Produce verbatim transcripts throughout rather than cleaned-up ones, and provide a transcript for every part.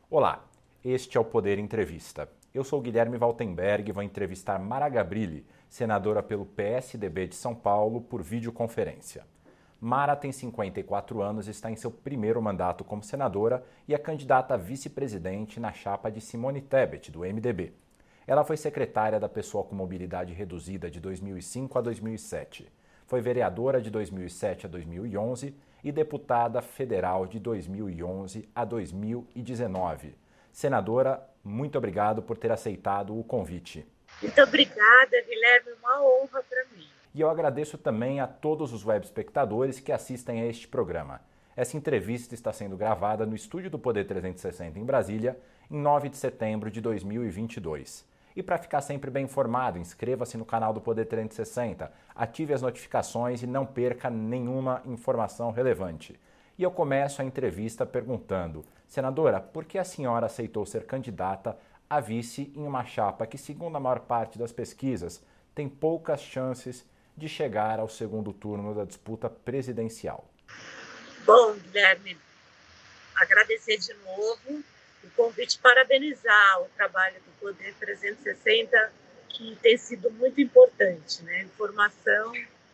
Olá, este é o Poder Entrevista. Eu sou Guilherme Valtenberg e vou entrevistar Mara Gabrilli, senadora pelo P S D B de São Paulo, por videoconferência. Mara tem cinquenta e quatro anos e está em seu primeiro mandato como senadora e é candidata a vice-presidente na chapa de Simone Tebet, do M D B. Ela foi secretária da Pessoa com Mobilidade Reduzida de dois mil e cinco a dois mil e sete. Foi vereadora de dois mil e sete a dois mil e onze e deputada federal de dois mil e onze a dois mil e dezenove. Senadora, muito obrigado por ter aceitado o convite. Muito obrigada, Guilherme, uma honra para mim. E eu agradeço também a todos os web espectadores que assistem a este programa. Essa entrevista está sendo gravada no estúdio do Poder trezentos e sessenta em Brasília, em nove de setembro de dois mil e vinte e dois. E para ficar sempre bem informado, inscreva-se no canal do Poder trezentos e sessenta, ative as notificações e não perca nenhuma informação relevante. E eu começo a entrevista perguntando: senadora, por que a senhora aceitou ser candidata a vice em uma chapa que, segundo a maior parte das pesquisas, tem poucas chances de chegar ao segundo turno da disputa presidencial? Bom, Guilherme, agradecer de novo o convite, parabenizar o trabalho do Poder trezentos e sessenta, que tem sido muito importante, né? Informação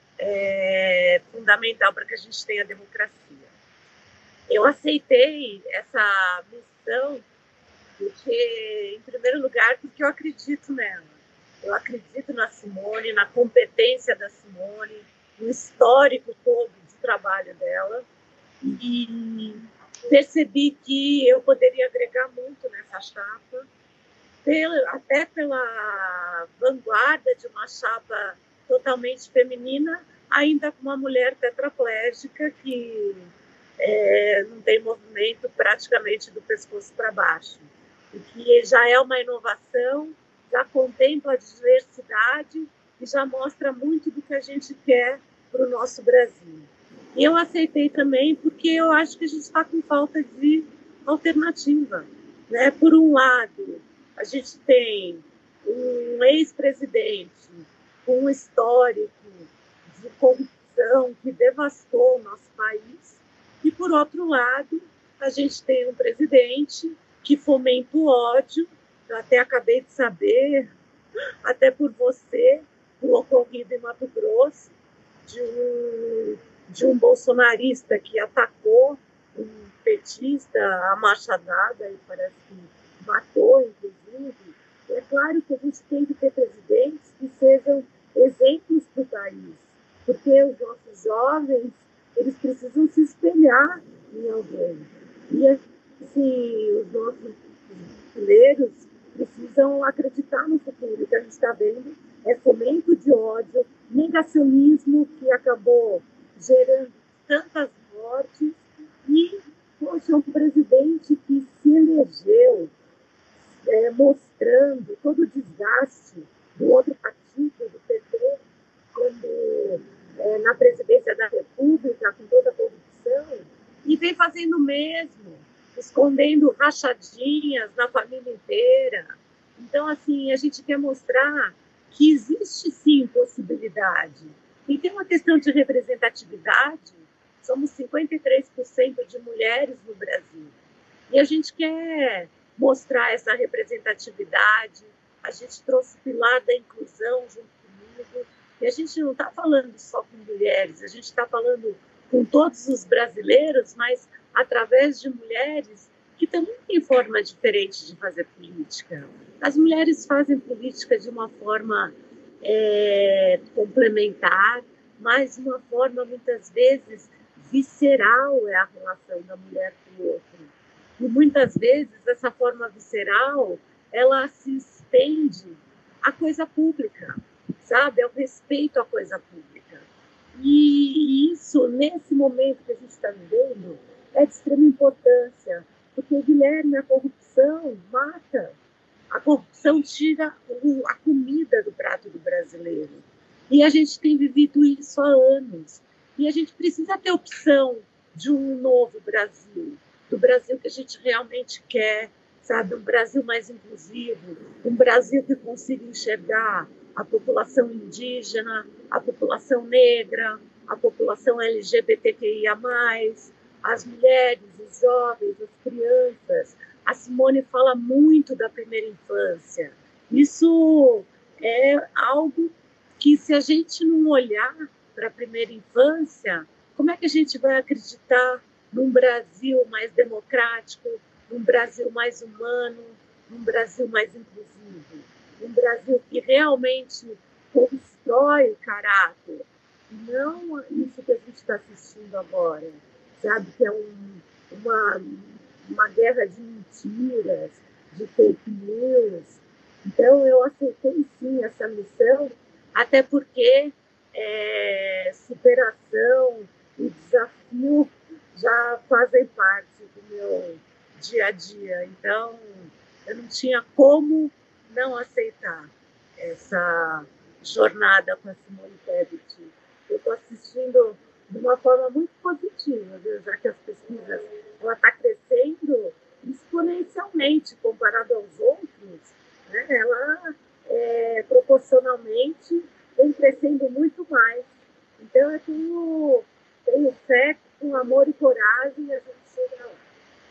é fundamental para que a gente tenha democracia. Eu aceitei essa missão porque, em primeiro lugar, porque eu acredito nela. Eu acredito na Simone, na competência da Simone, no histórico todo de trabalho dela, e percebi que eu poderia agregar muito nessa chapa, pela, até pela vanguarda de uma chapa totalmente feminina, ainda com uma mulher tetraplégica que é, não tem movimento praticamente do pescoço para baixo, o que já é uma inovação, já contempla a diversidade e já mostra muito do que a gente quer para o nosso Brasil. E eu aceitei também porque eu acho que a gente está com falta de alternativa, né? Por um lado, a gente tem um ex-presidente com um histórico de corrupção que devastou o nosso país, e, por outro lado, a gente tem um presidente que fomenta o ódio. Eu até acabei de saber, até por você, o ocorrido em Mato Grosso, de um, de um bolsonarista que atacou um petista a machadada e parece que matou, inclusive. É claro que a gente tem que ter presidentes que sejam exemplos para o país, porque os nossos jovens, eles precisam se espelhar em alguém. E assim, os nossos brasileiros precisam acreditar no futuro. O que a gente está vendo é fomento de ódio, negacionismo que acabou gerando tantas mortes e, poxa, um presidente que se elegeu é, mostrando todo o desgaste do outro partido, do P T, quando é, na presidência da República, com toda a corrupção, e vem fazendo o mesmo, escondendo rachadinhas na família inteira. Então, assim, a gente quer mostrar que existe, sim, possibilidade. E tem uma questão de representatividade. Somos cinquenta e três por cento de mulheres no Brasil. E a gente quer mostrar essa representatividade. A gente trouxe o pilar da inclusão junto comigo. E a gente não está falando só com mulheres, a gente está falando com todos os brasileiros, mas através de mulheres que também têm forma diferente de fazer política. As mulheres fazem política de uma forma é, complementar, mas de uma forma, muitas vezes, visceral é a relação da mulher com o outro. E, muitas vezes, essa forma visceral, ela se estende à coisa pública, sabe? Ao respeito à coisa pública. E isso, nesse momento que a gente está vivendo, é de extrema importância, porque, Guilherme, a corrupção mata. A corrupção tira a comida do prato do brasileiro. E a gente tem vivido isso há anos. E a gente precisa ter opção de um novo Brasil, do Brasil que a gente realmente quer, sabe? Um Brasil mais inclusivo, um Brasil que consiga enxergar a população indígena, a população negra, a população L G B T Q I A mais, as mulheres, os jovens, as crianças, A Simone fala muito da primeira infância. Isso é algo que, se a gente não olhar para a primeira infância, como é que a gente vai acreditar num Brasil mais democrático, num Brasil mais humano, num Brasil mais inclusivo, num Brasil que realmente constrói o caráter, e não isso que a gente está assistindo agora, sabe? Que é um, uma, uma guerra de mentiras, de fake news. Então, eu aceitei sim essa missão, até porque é, superação e desafio já fazem parte do meu dia a dia. Então, eu não tinha como não aceitar essa jornada com a Simone Tebet. Eu estou assistindo de uma forma muito positiva, viu? Já que as pesquisas ela está crescendo exponencialmente comparado aos outros, né? Ela é, proporcionalmente vem crescendo muito mais. Então eu tenho, tenho fé, com amor e coragem, a gente chega lá.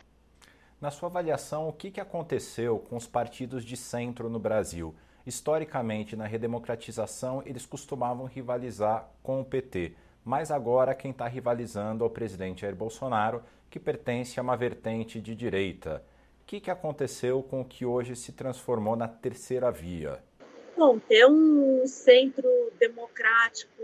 Na sua avaliação, o que que aconteceu com os partidos de centro no Brasil? Historicamente, na redemocratização, eles costumavam rivalizar com o P T, mas agora quem está rivalizando é o presidente Jair Bolsonaro, que pertence a uma vertente de direita. O que que aconteceu com o que hoje se transformou na terceira via? Bom, ter um centro democrático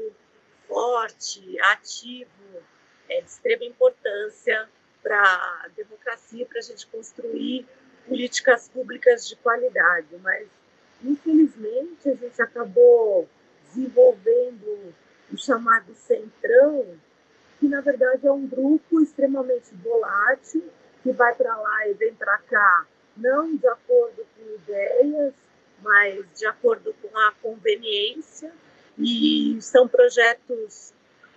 forte, ativo, é de extrema importância para a democracia, para a gente construir políticas públicas de qualidade. Mas, infelizmente, a gente acabou desenvolvendo o chamado centrão, que, na verdade, é um grupo extremamente volátil, que vai para lá e vem para cá, não de acordo com ideias, mas de acordo com a conveniência, e são projetos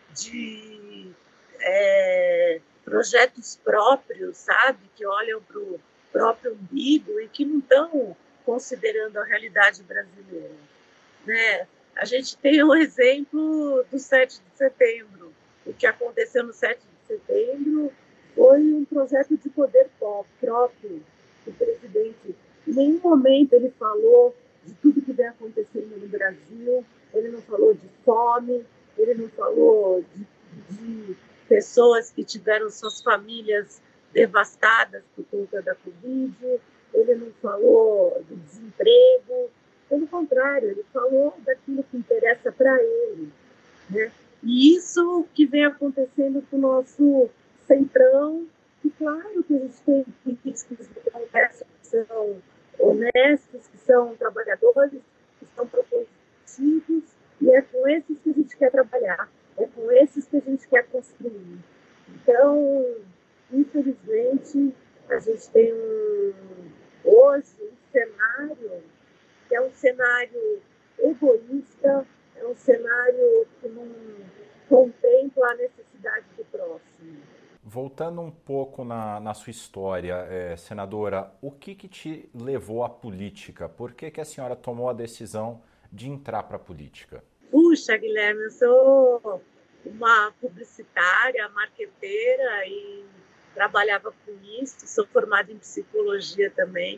de é, projetos próprios, sabe, que olham para o próprio umbigo e que não estão considerando a realidade brasileira, né? A gente tem um exemplo do sete de setembro. O que aconteceu no sete de setembro foi um projeto de poder próprio do presidente. Em nenhum momento ele falou de tudo que vem acontecendo no Brasil, ele não falou de fome, ele não falou de, de pessoas que tiveram suas famílias devastadas por conta da Covid, ele não falou do desemprego, pelo contrário, ele falou daquilo que interessa para ele, né? E isso que vem acontecendo com o nosso centrão, e claro que a gente tem políticos que são honestos, que são trabalhadores, que são propositivos, e é com esses que a gente quer trabalhar, é com esses que a gente quer construir. Então, infelizmente, a gente tem um, hoje um cenário que é um cenário egoísta, é um cenário que não contempla a necessidade do próximo. Voltando um pouco na, na sua história, é, senadora, o que, que te levou à política? Por que, que a senhora tomou a decisão de entrar para a política? Puxa, Guilherme, eu sou uma publicitária, marqueteira e trabalhava com isso, sou formada em psicologia também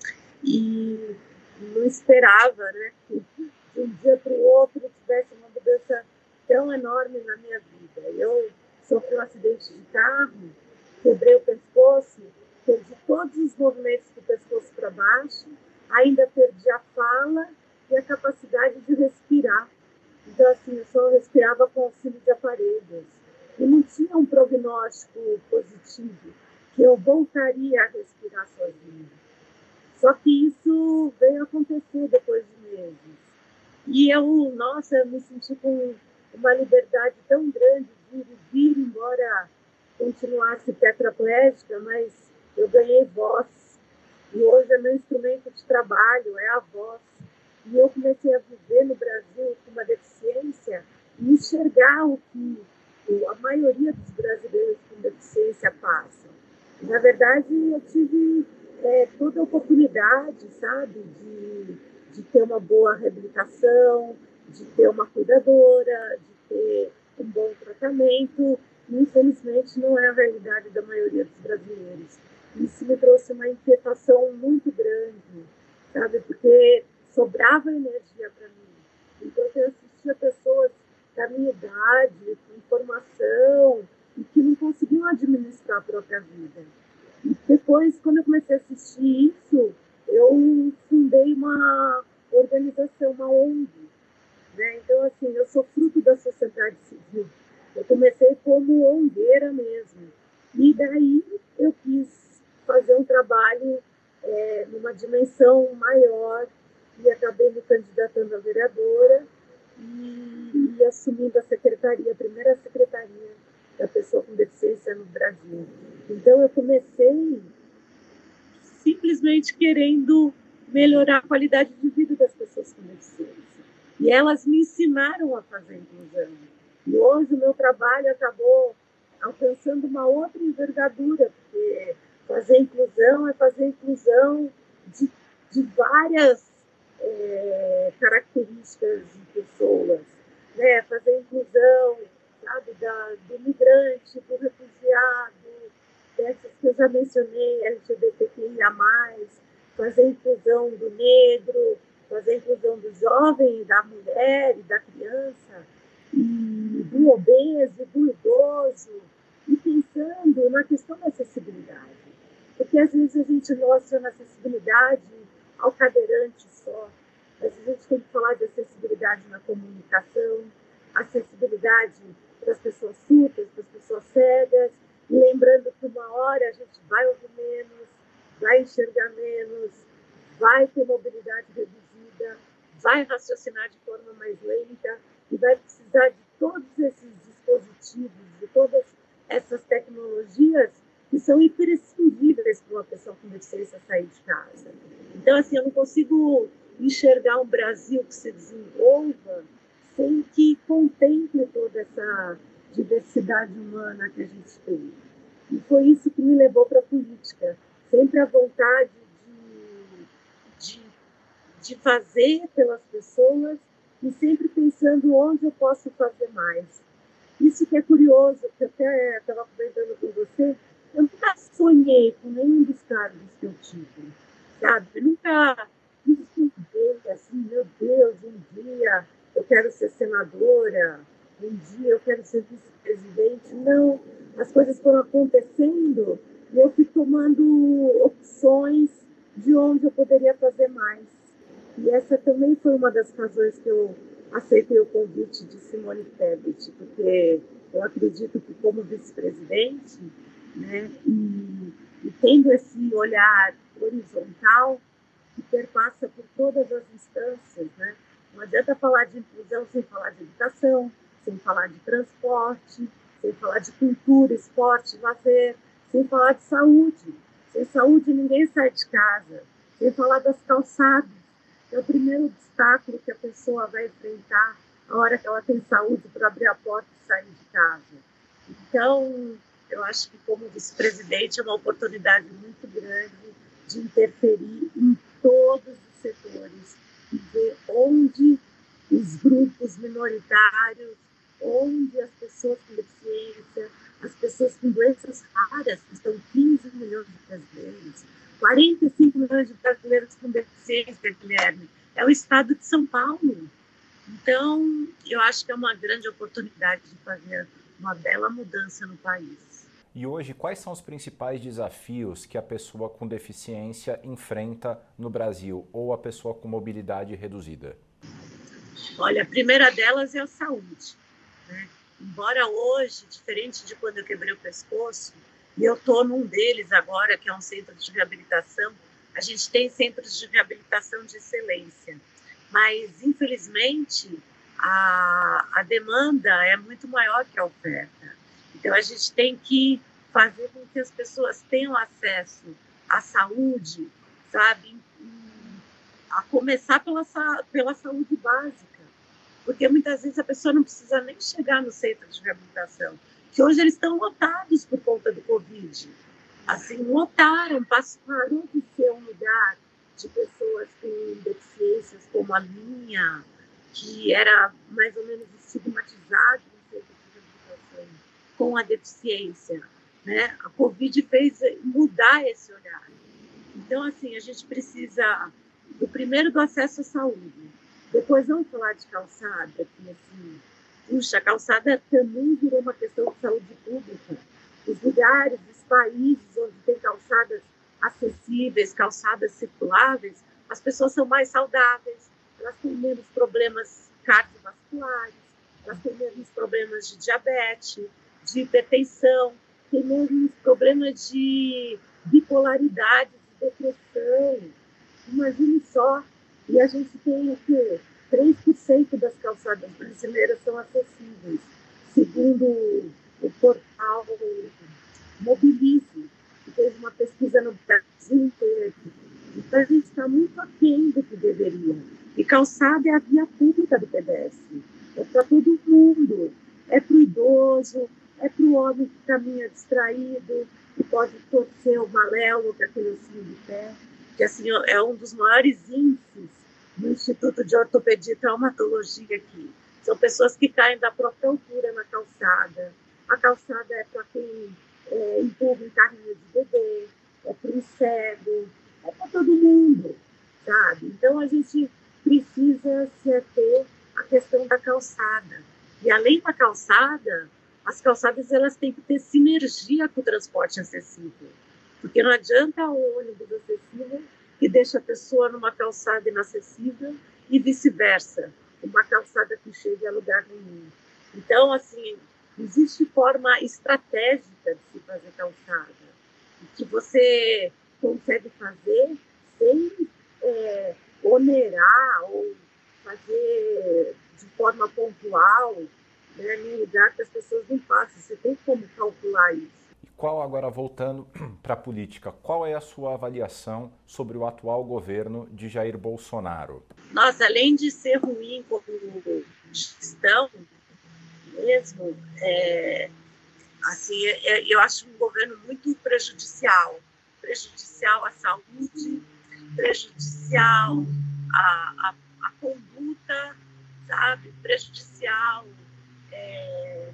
e não esperava, né, que de um dia para o outro tivesse uma mudança tão enorme na minha vida. Eu sofri um acidente de carro, quebrei o pescoço, perdi todos os movimentos do pescoço para baixo, ainda perdi a fala e a capacidade de respirar. Então, assim, eu só respirava com auxílio de aparelhos. E não tinha um prognóstico positivo, que eu voltaria a respirar sozinha. Só que isso veio acontecer depois de meses. E eu, nossa, eu me senti com uma liberdade tão grande de ir e vir, embora continuasse tetraplégica, mas eu ganhei voz. E hoje é meu instrumento de trabalho, é a voz. E eu comecei a viver no Brasil com uma deficiência e enxergar o que a maioria dos brasileiros com deficiência passam. Na verdade, eu tive é, toda a oportunidade, sabe, de, de ter uma boa reabilitação, de ter uma cuidadora, de ter um bom tratamento. E, infelizmente, não é a realidade da maioria dos brasileiros. Isso me trouxe uma inquietação muito grande, sabe? Porque sobrava energia para mim. Enquanto eu assistia pessoas da minha idade, com formação, e que não conseguiam administrar a própria vida. E depois, quando eu comecei a assistir isso, eu fundei uma organização, uma O N G. Né? Então, assim, eu sou fruto da sociedade civil. Eu comecei como ongueira mesmo. E daí eu quis fazer um trabalho é, numa dimensão maior e acabei me candidatando a vereadora e, e assumindo a secretaria, a primeira secretaria da pessoa com deficiência no Brasil. Então eu comecei simplesmente querendo melhorar a qualidade de vida das pessoas com deficiência. E elas me ensinaram a fazer inclusão. E hoje o meu trabalho acabou alcançando uma outra envergadura, porque fazer inclusão é fazer inclusão de, de várias é, características de pessoas. Né? Fazer inclusão, sabe, da, do migrante, do refugiado, dessas que eu já mencionei, L G B T Q I A mais, fazer inclusão do negro, fazer inclusão do jovem, da mulher e da criança, e do obeso, do idoso, e pensando na questão da acessibilidade. Porque às vezes a gente relaciona a acessibilidade ao cadeirante só, mas a gente tem que falar de acessibilidade na comunicação, acessibilidade para as pessoas surdas, para as pessoas cegas, e lembrando que uma hora a gente vai ouvir menos, vai enxergar menos, vai ter mobilidade reduzida, vai raciocinar de forma mais lenta e vai precisar de todos esses dispositivos, de todas essas tecnologias que são imprescindíveis para uma pessoa com deficiência sair de casa. Então, assim, eu não consigo enxergar um Brasil que se desenvolva sem que contemple toda essa diversidade humana que a gente tem. E foi isso que me levou para a política. Sempre a vontade de, de, de fazer pelas pessoas e sempre pensando onde eu posso fazer mais. Isso que é curioso, que eu até estava comentando com você, eu nunca sonhei com nenhum dos cargos que eu tive, sabe? Eu nunca me desculpei assim, meu Deus, um dia eu quero ser senadora, um dia eu quero ser vice-presidente. Não, as coisas foram acontecendo e eu fui tomando opções de onde eu poderia fazer mais. E essa também foi uma das razões que eu aceitei o convite de Simone Tebet, porque eu acredito que como vice-presidente, né, e, e tendo esse olhar horizontal que perpassa por todas as instâncias, né? Não adianta falar de inclusão sem falar de educação, sem falar de transporte, sem falar de cultura, esporte, lazer, sem falar de saúde. Sem saúde ninguém sai de casa. Sem falar das calçadas. É o primeiro obstáculo que a pessoa vai enfrentar na hora que ela tem saúde para abrir a porta e sair de casa. Então, eu acho que como vice-presidente é uma oportunidade muito grande de interferir em todos os setores e ver onde os grupos minoritários, onde as pessoas com deficiência, as pessoas com doenças raras, que são quinze milhões de brasileiros, quarenta e cinco milhões de brasileiros com deficiência, Guilherme, é o estado de São Paulo. Então, eu acho que é uma grande oportunidade de fazer uma bela mudança no país. E hoje, quais são os principais desafios que a pessoa com deficiência enfrenta no Brasil, ou a pessoa com mobilidade reduzida? Olha, a primeira delas é a saúde, né? Embora hoje, diferente de quando eu quebrei o pescoço, e eu estou num deles agora, que é um centro de reabilitação, a gente tem centros de reabilitação de excelência, mas, infelizmente, a, a demanda é muito maior que a oferta. Então, a gente tem que fazer com que as pessoas tenham acesso à saúde, sabe? A começar pela, pela saúde básica. Porque muitas vezes a pessoa não precisa nem chegar no centro de reabilitação, que hoje eles estão lotados por conta do Covid. Assim, lotaram, parou de ser um lugar de pessoas com deficiências como a minha, que era mais ou menos estigmatizado no centro de reabilitação com a deficiência. né? A Covid fez mudar esse olhar. Então, assim, a gente precisa, do primeiro, do acesso à saúde. Depois vamos falar de calçada, que, assim, puxa, a calçada também virou uma questão de saúde pública. Os lugares, os países onde tem calçadas acessíveis, calçadas circuláveis, as pessoas são mais saudáveis, elas têm menos problemas cardiovasculares, elas têm menos problemas de diabetes, de hipertensão, têm menos problemas de bipolaridade, de depressão. Imagine só, e a gente tem o quê? três por cento das calçadas brasileiras são acessíveis, segundo o portal Mobilize, que fez uma pesquisa no Brasil inteiro. Então, a gente está muito aquém do que deveria. E calçada é a via pública do pedestre. É para todo mundo. É para o idoso, é para o homem que caminha distraído, que pode torcer o maléolo, que é aquele ossinho de pé, que assim, é um dos maiores índices do Instituto de Ortopedia e Traumatologia aqui. São pessoas que caem da própria altura na calçada. A calçada é para quem é, empurra em carrinho de bebê, é para o cego, é para todo mundo, sabe? Então, a gente precisa se ater à questão da calçada. E, além da calçada, as calçadas elas têm que ter sinergia com o transporte acessível. Porque não adianta o ônibus acessível que deixa a pessoa numa calçada inacessível e vice-versa, uma calçada que chegue a lugar nenhum. Então, assim, existe forma estratégica de se fazer calçada, que você consegue fazer sem é, onerar ou fazer de forma pontual, né, em um lugar que as pessoas não passam. Você tem como calcular isso. E qual, agora voltando para a política, qual é a sua avaliação sobre o atual governo de Jair Bolsonaro? Nossa, além de ser ruim como gestão mesmo, é, assim, é, eu acho um governo muito prejudicial. Prejudicial à saúde, prejudicial à, à, à conduta, sabe? Prejudicial é,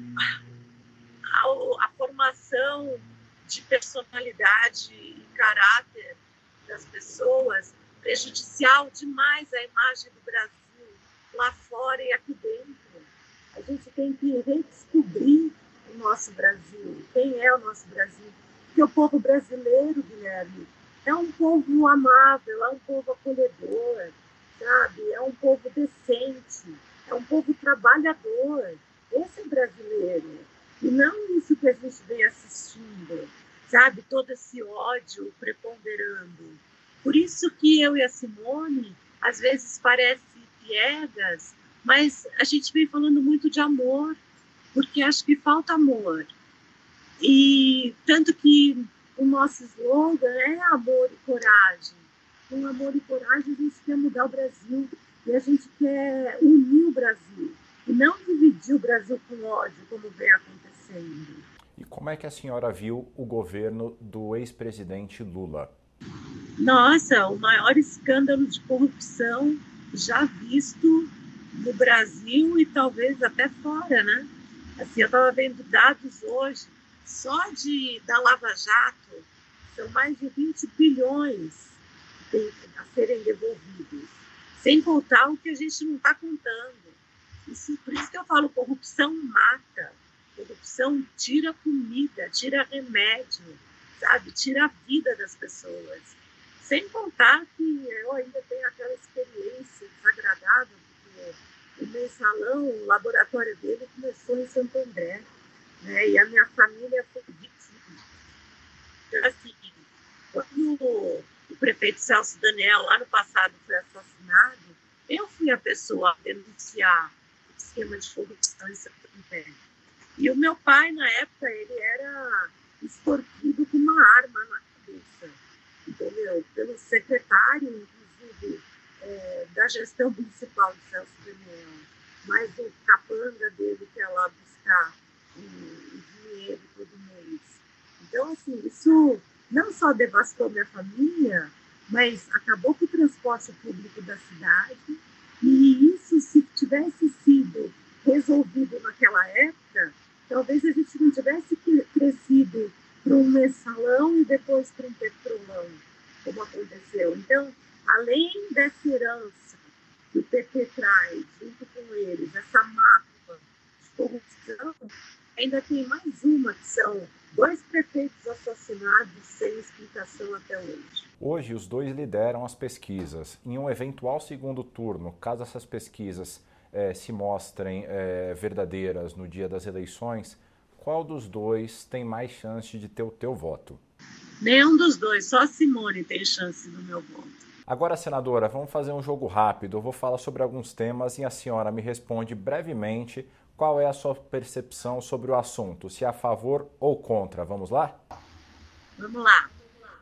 à, à formação de personalidade e caráter das pessoas, prejudicial demais à imagem do Brasil lá fora e aqui dentro. A gente tem que redescobrir o nosso Brasil, quem é o nosso Brasil. Porque o povo brasileiro, Guilherme, é um povo amável, é um povo acolhedor, sabe? É um povo decente, é um povo trabalhador. Esse é o brasileiro. E não isso que a gente vem assistindo, sabe? Todo esse ódio preponderando. Por isso que eu e a Simone, às vezes parece piegas, mas a gente vem falando muito de amor, porque acho que falta amor. E tanto que o nosso slogan é amor e coragem. Com amor e coragem a gente quer mudar o Brasil e a gente quer unir o Brasil e não dividir o Brasil com ódio, como vem acontecendo. E como é que a senhora viu o governo do ex-presidente Lula? Nossa, o maior escândalo de corrupção já visto no Brasil e talvez até fora, né? Assim, eu estava vendo dados hoje, só de, da Lava Jato, são mais de vinte bilhões de, a serem devolvidos, sem contar o que a gente não está contando. Isso, por isso que eu falo, corrupção mata, corrupção tira comida, tira remédio, sabe? Tira a vida das pessoas. Sem contar que eu ainda tenho aquela experiência desagradável, porque o mensalão, o laboratório dele começou em Santo André, né? E a minha família foi vítima. Então, assim, quando o prefeito Celso Daniel, lá no passado, foi assassinado, eu fui a pessoa a denunciar o esquema de corrupção em Santo André. E o meu pai, na época, ele era extorquido com uma arma na cabeça, entendeu? Pelo secretário, inclusive, é, da gestão municipal de Celso Daniel, mas o capanga dele que ia lá buscar o, o dinheiro todo mês. Então, assim, isso não só devastou minha família, mas acabou com o transporte público da cidade, e isso, se tivesse sido resolvido naquela época, talvez a gente não tivesse crescido mensalão e depois para um petrolão, como aconteceu. Então, além dessa herança que o P T traz, junto com eles, essa mácula de corrupção, ainda tem mais uma, que são dois prefeitos assassinados sem explicação até hoje. Hoje, os dois lideram as pesquisas. Em um eventual segundo turno, caso essas pesquisas eh, se mostrem eh, verdadeiras no dia das eleições, qual dos dois tem mais chance de ter o teu voto? Nenhum dos dois, só a Simone tem chance do meu voto. Agora, senadora, vamos fazer um jogo rápido. Eu vou falar sobre alguns temas e a senhora me responde brevemente qual é a sua percepção sobre o assunto, se é a favor ou contra. Vamos lá? Vamos lá.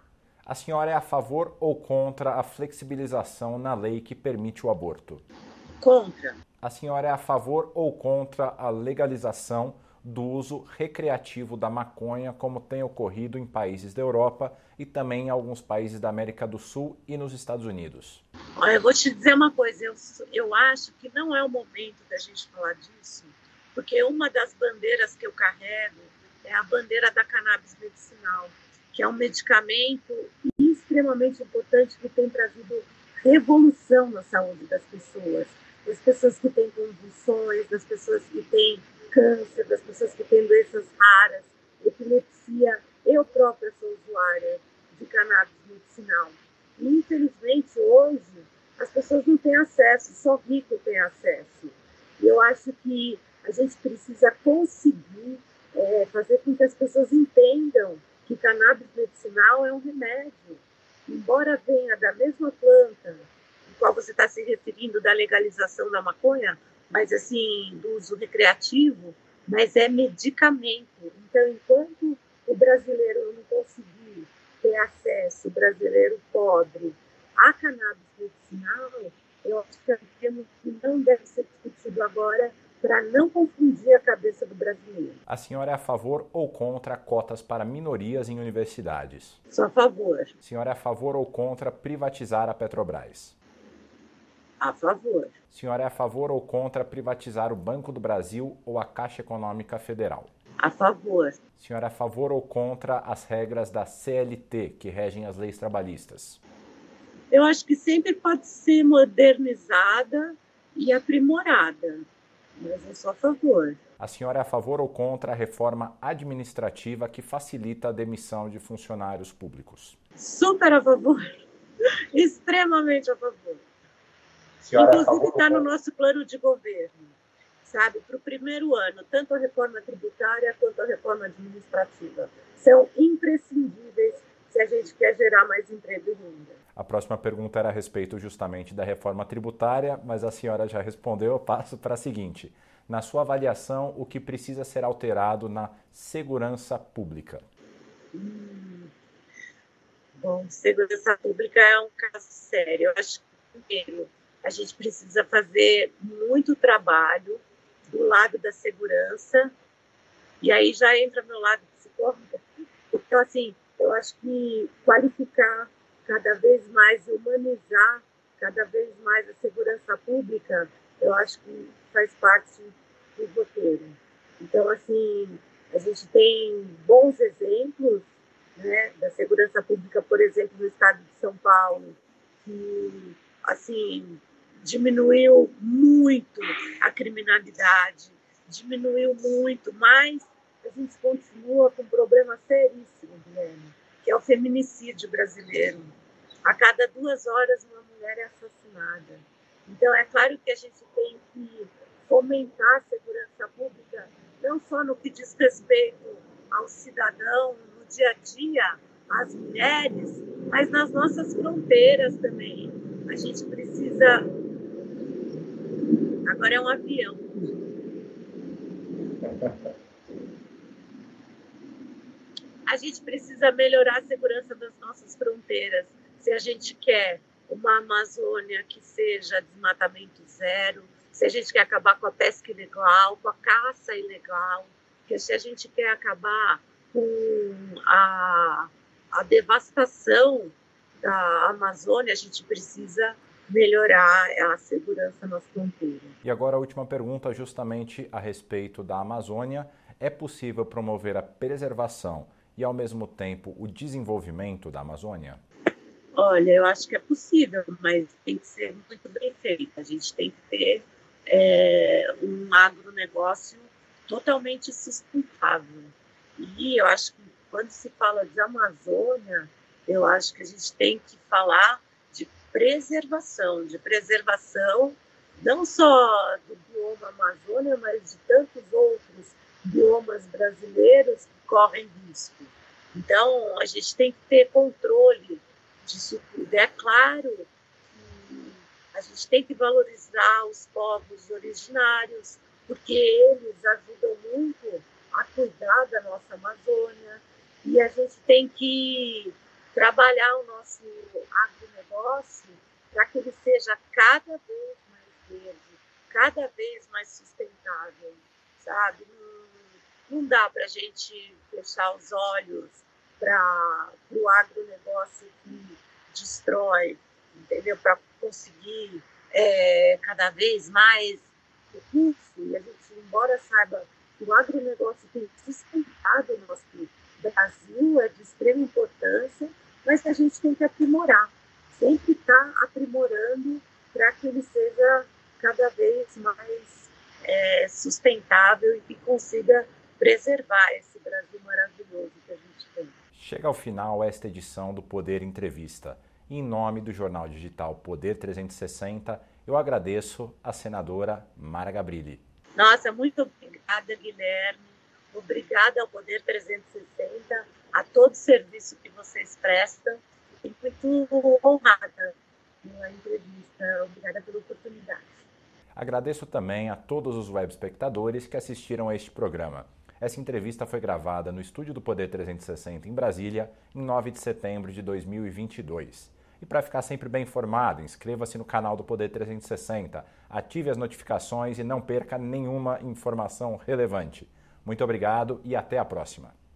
A senhora é a favor ou contra a flexibilização na lei que permite o aborto? Contra. A senhora é a favor ou contra a legalização do uso recreativo da maconha, como tem ocorrido em países da Europa e também em alguns países da América do Sul e nos Estados Unidos? Olha, eu vou te dizer uma coisa, eu, eu acho que não é o momento da gente falar disso, porque uma das bandeiras que eu carrego é a bandeira da cannabis medicinal, que é um medicamento extremamente importante que tem trazido revolução na saúde das pessoas, das pessoas que têm convulsões, das pessoas que têm câncer, das pessoas que têm doenças raras, epilepsia. Eu própria sou usuária de cannabis medicinal. E, infelizmente, hoje, as pessoas não têm acesso, só rico tem acesso. E eu acho que a gente precisa conseguir é, fazer com que as pessoas entendam que cannabis medicinal é um remédio. Embora venha da mesma planta, em qual você está se referindo, da legalização da maconha, mas assim, do uso recreativo, mas é medicamento. Então, enquanto o brasileiro não conseguir ter acesso, o brasileiro pobre, a cannabis medicinal, eu acho que é um tema que não deve ser discutido agora para não confundir a cabeça do brasileiro. A senhora é a favor ou contra cotas para minorias em universidades? Sou a favor. A senhora é a favor ou contra privatizar a Petrobras? A favor. A senhora é a favor ou contra privatizar o Banco do Brasil ou a Caixa Econômica Federal? A favor. A senhora é a favor ou contra as regras da C L T, que regem as leis trabalhistas? Eu acho que sempre pode ser modernizada e aprimorada, mas eu sou a favor. A senhora é a favor ou contra a reforma administrativa que facilita a demissão de funcionários públicos? Super a favor. Extremamente a favor. Inclusive está no nosso plano de governo, sabe? Para o primeiro ano, tanto a reforma tributária quanto a reforma administrativa são imprescindíveis se a gente quer gerar mais emprego e renda. A próxima pergunta era a respeito justamente da reforma tributária, mas a senhora já respondeu, eu passo para a seguinte. Na sua avaliação, o que precisa ser alterado na segurança pública? Hum, bom, segurança pública é um caso sério. Eu acho que, primeiro, a gente precisa fazer muito trabalho do lado da segurança, e aí já entra meu lado psicólogo. Então, assim, eu acho que qualificar cada vez mais, humanizar cada vez mais a segurança pública, eu acho que faz parte do roteiro. Então, assim, a gente tem bons exemplos, né, da segurança pública, por exemplo, no estado de São Paulo, que, assim, diminuiu muito a criminalidade, diminuiu muito, mas a gente continua com um problema seríssimo, Guilherme, que é o feminicídio brasileiro. A cada duas horas uma mulher é assassinada. Então, é claro que a gente tem que fomentar a segurança pública, não só no que diz respeito ao cidadão, no dia a dia, às mulheres, mas nas nossas fronteiras também. A gente precisa... Agora é um avião. A gente precisa melhorar a segurança das nossas fronteiras. Se a gente quer uma Amazônia que seja desmatamento zero, se a gente quer acabar com a pesca ilegal, com a caça ilegal, que se a gente quer acabar com a, a devastação da Amazônia, a gente precisa melhorar a segurança nas fronteiras. E agora a última pergunta, justamente a respeito da Amazônia. É possível promover a preservação e, ao mesmo tempo, o desenvolvimento da Amazônia? Olha, eu acho que é possível, mas tem que ser muito bem feito. A gente tem que ter é, um agronegócio totalmente sustentável. E eu acho que quando se fala de Amazônia, eu acho que a gente tem que falar de preservação, de preservação não só do bioma Amazônia, mas de tantos outros biomas brasileiros que correm risco. Então, a gente tem que ter controle disso tudo. É claro que a gente tem que valorizar os povos originários, porque eles ajudam muito a cuidar da nossa Amazônia, e a gente tem que trabalhar o nosso agronegócio para que ele seja cada vez mais verde, cada vez mais sustentável, sabe? Não, não dá para a gente fechar os olhos para o agronegócio que destrói, entendeu? Para conseguir é, cada vez mais recursos. E a gente, embora saiba que o agronegócio tem sustentado o nosso Brasil, é de extrema importância, mas a gente tem que aprimorar, sempre estar aprimorando para que ele seja cada vez mais é, sustentável e que consiga preservar esse Brasil maravilhoso que a gente tem. Chega ao final esta edição do Poder Entrevista. Em nome do jornal digital Poder trezentos e sessenta, eu agradeço a senadora Mara Gabrilli. Nossa, muito obrigada, Guilherme. Obrigada ao Poder trezentos e sessenta, a todo o serviço que vocês prestam. E muito honrada pela entrevista. Obrigada pela oportunidade. Agradeço também a todos os web espectadores que assistiram a este programa. Essa entrevista foi gravada no estúdio do Poder trezentos e sessenta em Brasília, em nove de setembro de dois mil e vinte e dois. E para ficar sempre bem informado, inscreva-se no canal do Poder trezentos e sessenta, ative as notificações e não perca nenhuma informação relevante. Muito obrigado e até a próxima.